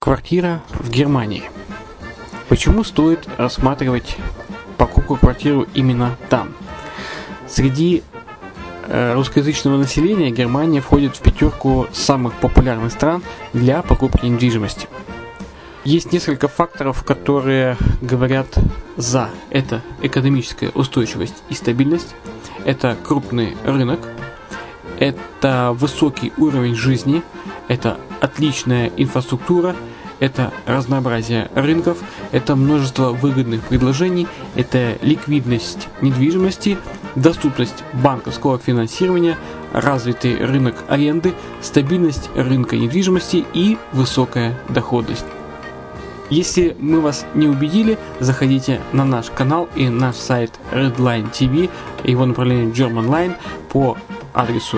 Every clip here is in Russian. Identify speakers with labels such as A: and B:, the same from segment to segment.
A: Квартира в Германии. Почему стоит рассматривать покупку квартиры именно там? Среди русскоязычного населения Германия входит в пятерку самых популярных стран для покупки недвижимости. Есть несколько факторов, которые говорят за. Это экономическая устойчивость и стабильность, это крупный рынок, это высокий уровень жизни, это отличная инфраструктура, это разнообразие рынков, это множество выгодных предложений, это ликвидность недвижимости, доступность банковского финансирования, развитый рынок аренды, стабильность рынка недвижимости и высокая доходность. Если мы вас не убедили, заходите на наш канал и наш сайт Redline TV, его направление German Line по адресу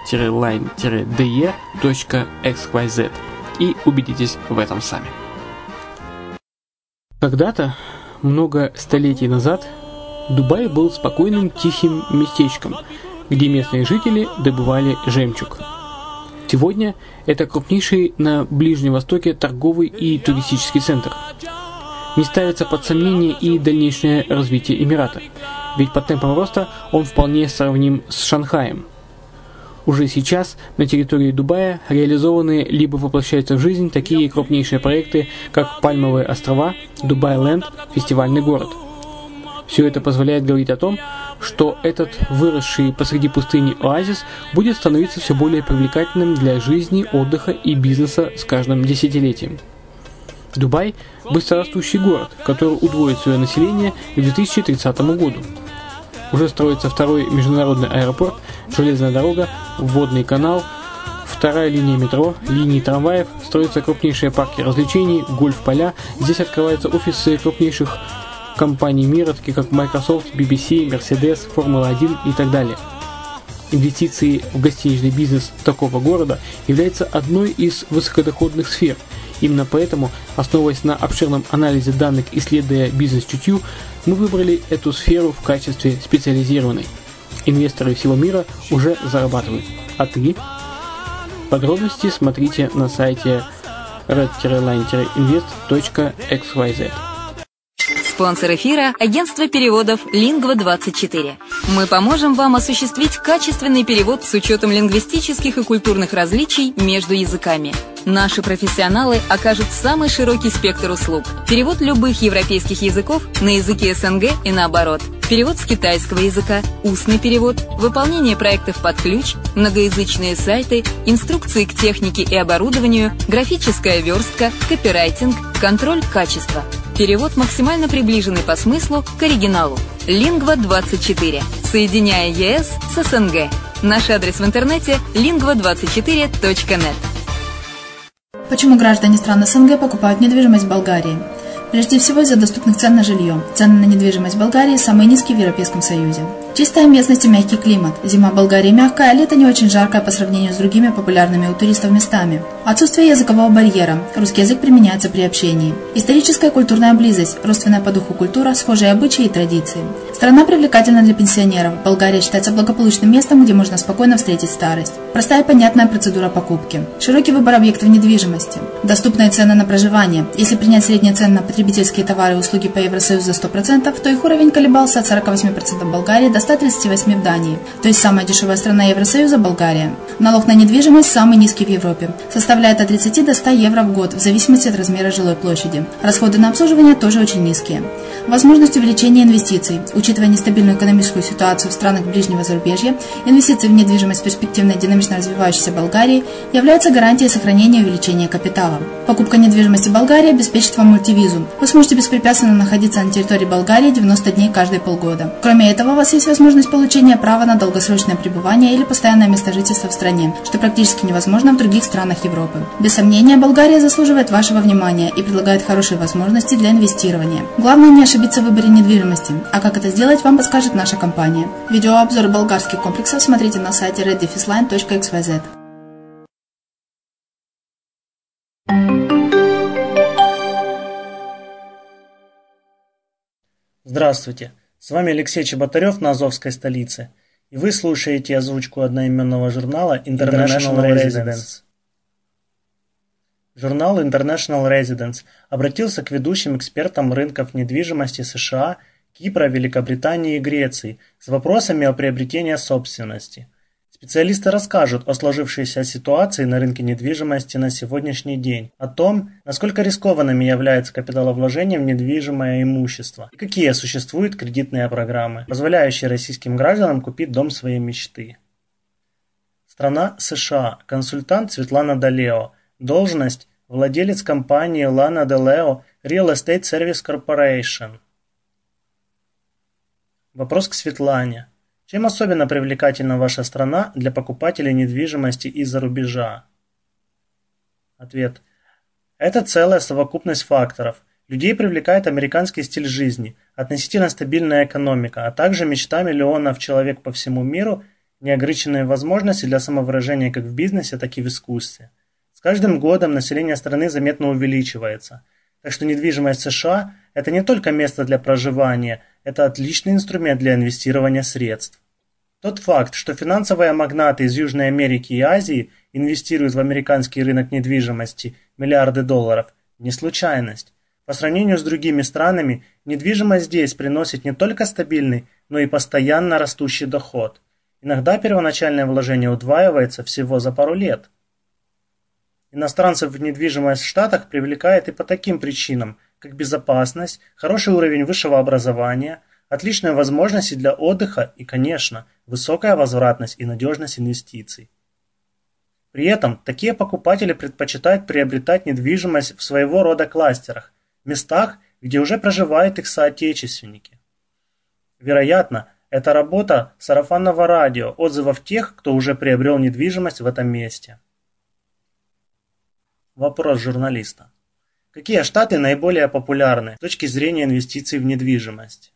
A: red-line-de.xyz и убедитесь в этом сами. Когда-то, много столетий назад, Дубай был спокойным тихим местечком, где местные жители добывали жемчуг. Сегодня это крупнейший на Ближнем Востоке торговый и туристический центр. Не ставится под сомнение и дальнейшее развитие Эмирата, ведь по темпам роста он вполне сравним с Шанхаем. Уже сейчас на территории Дубая реализованы либо воплощаются в жизнь такие крупнейшие проекты, как Пальмовые острова, Дубай-Ленд, фестивальный город. Все это позволяет говорить о том, что этот выросший посреди пустыни оазис будет становиться все более привлекательным для жизни, отдыха и бизнеса с каждым десятилетием. Дубай – быстрорастущий город, который удвоит свое население к 2030 году. Уже строится второй международный аэропорт, железная дорога, водный канал, вторая линия метро, линии трамваев, строятся крупнейшие парки развлечений, гольф-поля. Здесь открываются офисы крупнейших компаний мира, таких как Microsoft, BBC, Mercedes, Формула-1 и так далее. Инвестиции в гостиничный бизнес такого города являются одной из высокодоходных сфер. Именно поэтому, основываясь на обширном анализе данных, исследуя бизнес-чутью, мы выбрали эту сферу в качестве специализированной. Инвесторы всего мира уже зарабатывают. А ты? Подробности смотрите на сайте red-line-invest.xyz.
B: Спонсор эфира – агентство переводов Lingva24. Мы поможем вам осуществить качественный перевод с учетом лингвистических и культурных различий между языками. Наши профессионалы окажут самый широкий спектр услуг. Перевод любых европейских языков на языки СНГ и наоборот. Перевод с китайского языка, устный перевод, выполнение проектов под ключ, многоязычные сайты, инструкции к технике и оборудованию, графическая верстка, копирайтинг, контроль качества. Перевод максимально приближенный по смыслу к оригиналу. Lingva24. Соединяя ЕС с СНГ. Наш адрес в интернете lingva24.net.
C: Почему граждане стран СНГ покупают недвижимость в Болгарии? Прежде всего из-за доступных цен на жилье. Цены на недвижимость в Болгарии самые низкие в Европейском Союзе. Чистая местность и мягкий климат. Зима в Болгарии мягкая, а лето не очень жаркое по сравнению с другими популярными у туристов местами. Отсутствие языкового барьера. Русский язык применяется при общении. Историческая и культурная близость. Родственная по духу культура, схожие обычаи и традиции. Страна привлекательна для пенсионеров. Болгария считается благополучным местом, где можно спокойно встретить старость. Простая и понятная процедура покупки. Широкий выбор объектов недвижимости. Доступные цены на проживание. Если принять средние цены на потребительские товары и услуги по Евросоюзу за 100%, то их уровень колебался от 48% в Болгарии до 138% в Дании. То есть самая дешевая страна Евросоюза – Болгария. Налог на недвижимость самый низкий в Европе. Составляет от 30 до 100 евро в год, в зависимости от размера жилой площади. Расходы на обслуживание тоже очень низкие. Возможность увеличения инвестиций. Учитывая нестабильную экономическую ситуацию в странах ближнего зарубежья, инвестиции в недвижимость в перспективной динамично развивающейся Болгарии являются гарантией сохранения и увеличения капитала. Покупка недвижимости в Болгарии обеспечит вам мультивизу. Вы сможете беспрепятственно находиться на территории Болгарии 90 дней каждые полгода. Кроме этого, у вас есть возможность получения права на долгосрочное пребывание или постоянное место жительства в стране, что практически невозможно в других странах Европы. Без сомнения, Болгария заслуживает вашего внимания и предлагает хорошие возможности для инвестирования. Главное не ошибиться в выборе недвижимости, а как это сделать, вам подскажет наша компания. Видеообзор болгарских комплексов смотрите на сайте red-line.xyz.
D: Здравствуйте, с вами Алексей Чеботарев на Азовской столице, и вы слушаете озвучку одноименного журнала International Residence. В Журнал International Residence обратился к ведущим экспертам рынков недвижимости США, Кипра, Великобритании и Греции с вопросами о приобретении собственности. Специалисты расскажут о сложившейся ситуации на рынке недвижимости на сегодняшний день, о том, насколько рискованными является капиталовложение в недвижимое имущество и какие существуют кредитные программы, позволяющие российским гражданам купить дом своей мечты. Страна США. Консультант Светлана Далео. Должность – владелец компании Lana DeLeo Real Estate Service Corporation. Вопрос к Светлане. Чем особенно привлекательна ваша страна для покупателей недвижимости из-за рубежа? Ответ. Это целая совокупность факторов. Людей привлекает американский стиль жизни, относительно стабильная экономика, а также мечта миллионов человек по всему миру, неограниченные возможности для самовыражения как в бизнесе, так и в искусстве. С каждым годом население страны заметно увеличивается. Так что недвижимость США – это не только место для проживания, это отличный инструмент для инвестирования средств. Тот факт, что финансовые магнаты из Южной Америки и Азии инвестируют в американский рынок недвижимости миллиарды долларов, не случайность. По сравнению с другими странами, недвижимость здесь приносит не только стабильный, но и постоянно растущий доход. Иногда первоначальное вложение удваивается всего за пару лет. Иностранцев в недвижимость в Штатах привлекает и по таким причинам, как безопасность, хороший уровень высшего образования, отличные возможности для отдыха и, конечно, высокая возвратность и надежность инвестиций. При этом такие покупатели предпочитают приобретать недвижимость в своего рода кластерах, местах, где уже проживают их соотечественники. Вероятно, это работа сарафанного радио, отзывов тех, кто уже приобрел недвижимость в этом месте. Вопрос журналиста. Какие штаты наиболее популярны с точки зрения инвестиций в недвижимость?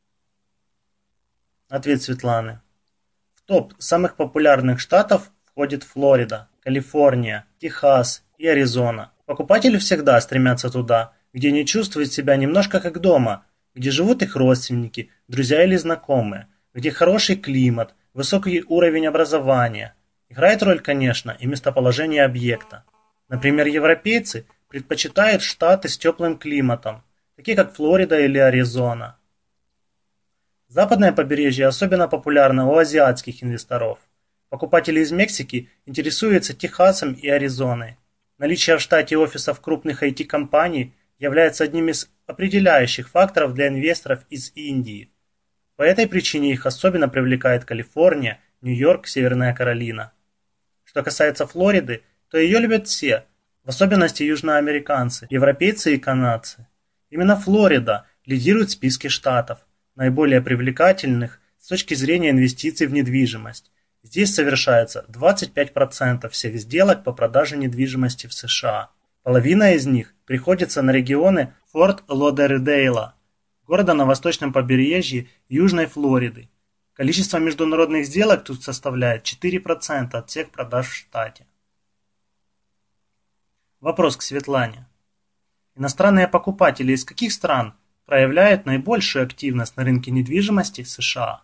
D: Ответ Светланы. В топ самых популярных штатов входит Флорида, Калифорния, Техас и Аризона. Покупатели всегда стремятся туда, где они чувствуют себя немножко как дома, где живут их родственники, друзья или знакомые, где хороший климат, высокий уровень образования. Играет роль, конечно, и местоположение объекта. Например, европейцы предпочитают штаты с теплым климатом, такие как Флорида или Аризона. Западное побережье особенно популярно у азиатских инвесторов. Покупатели из Мексики интересуются Техасом и Аризоной. Наличие в штате офисов крупных IT-компаний является одним из определяющих факторов для инвесторов из Индии. По этой причине их особенно привлекает Калифорния, Нью-Йорк, Северная Каролина. Что касается Флориды, то ее любят все, в особенности южноамериканцы, европейцы и канадцы. Именно Флорида лидирует в списке штатов, наиболее привлекательных с точки зрения инвестиций в недвижимость. Здесь совершается 25% всех сделок по продаже недвижимости в США. Половина из них приходится на регионы Форт Лодердейла, города на восточном побережье Южной Флориды. Количество международных сделок тут составляет 4% от всех продаж в штате. Вопрос к Светлане. Иностранные покупатели из каких стран проявляют наибольшую активность на рынке недвижимости США?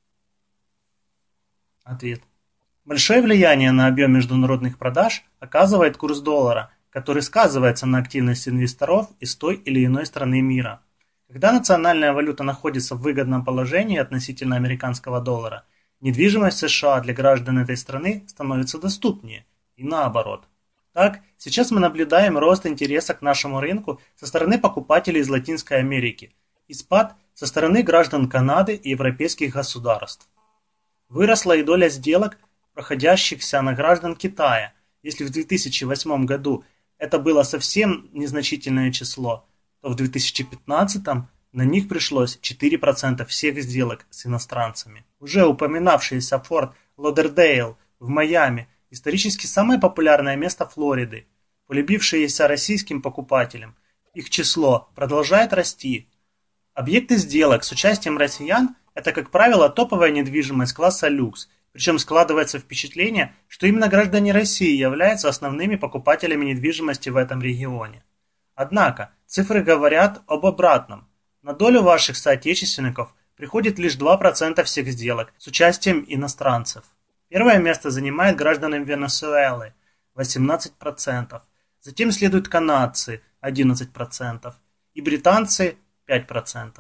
D: Ответ. Большое влияние на объем международных продаж оказывает курс доллара, который сказывается на активности инвесторов из той или иной страны мира. Когда национальная валюта находится в выгодном положении относительно американского доллара, недвижимость США для граждан этой страны становится доступнее, и наоборот. Так, сейчас мы наблюдаем рост интереса к нашему рынку со стороны покупателей из Латинской Америки и спад со стороны граждан Канады и европейских государств. Выросла и доля сделок, проходящихся на граждан Китая. Если в 2008 году это было совсем незначительное число, то в 2015 на них пришлось 4% всех сделок с иностранцами. Уже упоминавшийся Форт Лодердейл в Майами – исторически самое популярное место Флориды, полюбившееся российским покупателям. Их число продолжает расти. Объекты сделок с участием россиян – это, как правило, топовая недвижимость класса люкс, причем складывается впечатление, что именно граждане России являются основными покупателями недвижимости в этом регионе. Однако, цифры говорят об обратном. На долю ваших соотечественников приходит лишь 2% всех сделок с участием иностранцев. Первое место занимают граждане Венесуэлы – 18%. Затем следуют канадцы 11% и британцы 5%.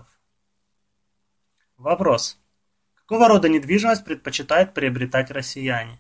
D: Вопрос. Какого рода недвижимость предпочитают приобретать россияне?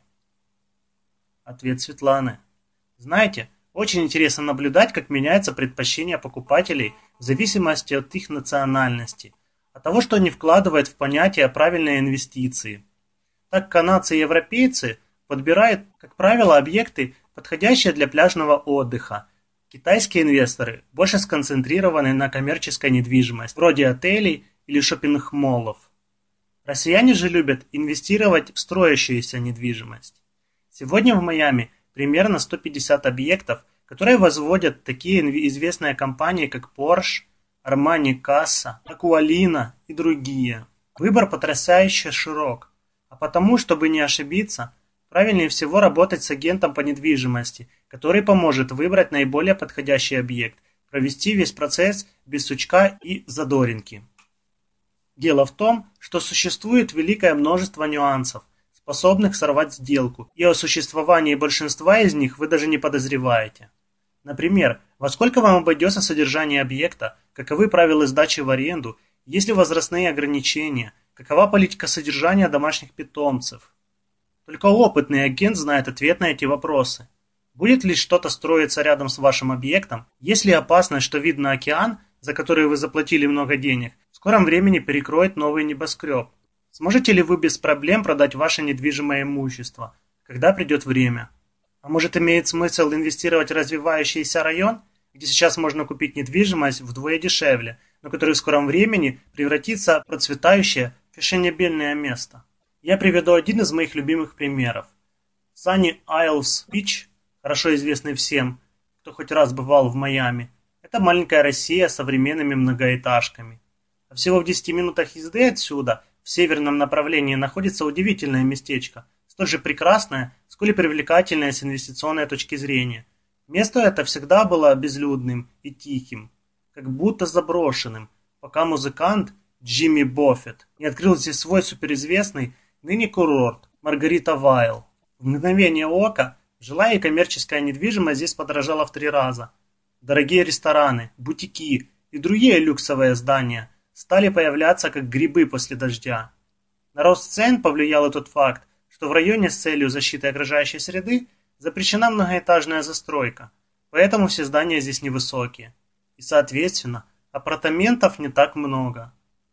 D: Ответ Светланы. Знаете, очень интересно наблюдать, как меняется предпочтение покупателей в зависимости от их национальности, от того, что они вкладывают в понятие правильные инвестиции. Так канадцы и европейцы подбирают, как правило, объекты, подходящие для пляжного отдыха. Китайские инвесторы больше сконцентрированы на коммерческой недвижимости, вроде отелей или шоппинг-моллов. Россияне же любят инвестировать в строящуюся недвижимость. Сегодня в Майами примерно 150 объектов, которые возводят такие известные компании, как Porsche, Armani Casa, Aqualina и другие. Выбор потрясающе широк, а потому, чтобы не ошибиться, правильнее всего работать с агентом по недвижимости, который поможет выбрать наиболее подходящий объект, провести весь процесс без сучка и задоринки. Дело в том, что существует великое множество нюансов, способных сорвать сделку, и о существовании большинства из них вы даже не подозреваете. Например, во сколько вам обойдется содержание объекта, каковы правила сдачи в аренду, есть ли возрастные ограничения, какова политика содержания домашних питомцев. Только опытный агент знает ответ на эти вопросы. Будет ли что-то строиться рядом с вашим объектом, есть ли опасность, что вид на океан, за который вы заплатили много денег, в скором времени перекроет новый небоскреб. Сможете ли вы без проблем продать ваше недвижимое имущество, когда придет время? А может, имеет смысл инвестировать в развивающийся район, где сейчас можно купить недвижимость вдвое дешевле, но который в скором времени превратится в процветающее фешенебельное место? Я приведу один из моих любимых примеров. Sunny Isles Beach, хорошо известный всем, кто хоть раз бывал в Майами, это маленькая Россия с современными многоэтажками. А всего в 10 минутах езды отсюда, в северном направлении, находится удивительное местечко, столь же прекрасное, сколь и привлекательное с инвестиционной точки зрения. Место это всегда было безлюдным и тихим, как будто заброшенным, пока музыкант Джимми Боффет не открыл здесь свой суперизвестный ныне курорт Маргарита Вайл. В мгновение ока жилая и коммерческая недвижимость здесь подорожала в 3 раза. Дорогие рестораны, бутики и другие люксовые здания стали появляться как грибы после дождя. На рост цен повлиял и тот факт, что в районе с целью защиты окружающей среды запрещена многоэтажная застройка, поэтому все здания здесь невысокие. И, соответственно, апартаментов не так много.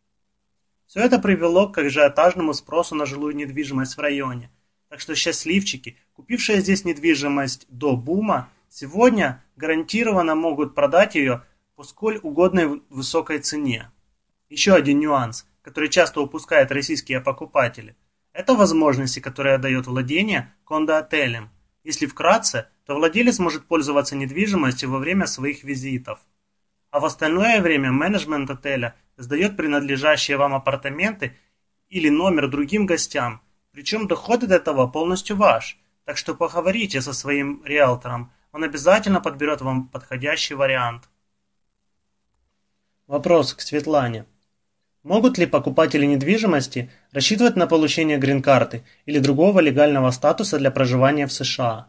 D: Все это привело к ажиотажному спросу на жилую недвижимость в районе, так что счастливчики, купившие здесь недвижимость до бума, сегодня гарантированно могут продать ее по сколь угодной высокой цене. Еще один нюанс, который часто упускают российские покупатели, это возможности, которые дает владение кондо-отелем. Если вкратце, то владелец может пользоваться недвижимостью во время своих визитов, а в остальное время менеджмент отеля сдает принадлежащие вам апартаменты или номер другим гостям, причем доход от этого полностью ваш, так что поговорите со своим риэлтором, он обязательно подберет вам подходящий вариант. Вопрос к Светлане. Могут ли покупатели недвижимости рассчитывать на получение грин-карты или другого легального статуса для проживания в США?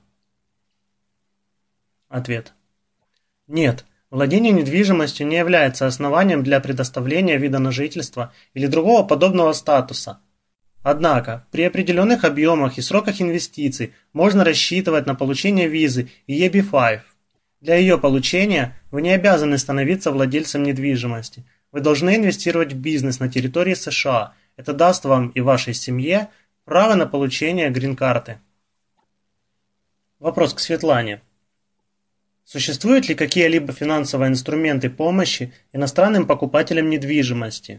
D: Ответ. Нет, владение недвижимостью не является основанием для предоставления вида на жительство или другого подобного статуса. Однако, при определенных объемах и сроках инвестиций можно рассчитывать на получение визы EB-5. Для ее получения вы не обязаны становиться владельцем недвижимости. Вы должны инвестировать в бизнес на территории США. Это даст вам и вашей семье право на получение грин-карты. Вопрос к Светлане. Существуют ли какие-либо финансовые инструменты помощи иностранным покупателям недвижимости?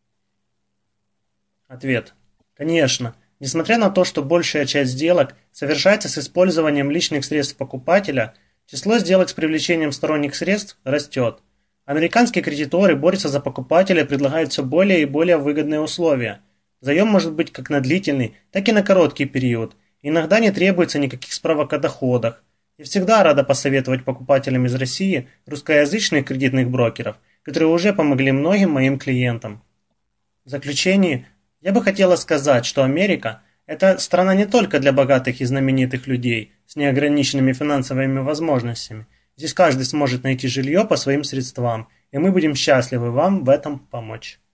D: Ответ. Конечно. Несмотря на то, что большая часть сделок совершается с использованием личных средств покупателя, число сделок с привлечением сторонних средств растет. Американские кредиторы борются за покупателя и предлагают все более и более выгодные условия. Заем может быть как на длительный, так и на короткий период. Иногда не требуется никаких справок о доходах. Я всегда рада посоветовать покупателям из России русскоязычных кредитных брокеров, которые уже помогли многим моим клиентам. В заключение, я бы хотела сказать, что Америка – это страна не только для богатых и знаменитых людей с неограниченными финансовыми возможностями. Здесь каждый сможет найти жилье по своим средствам, и мы будем счастливы вам в этом помочь.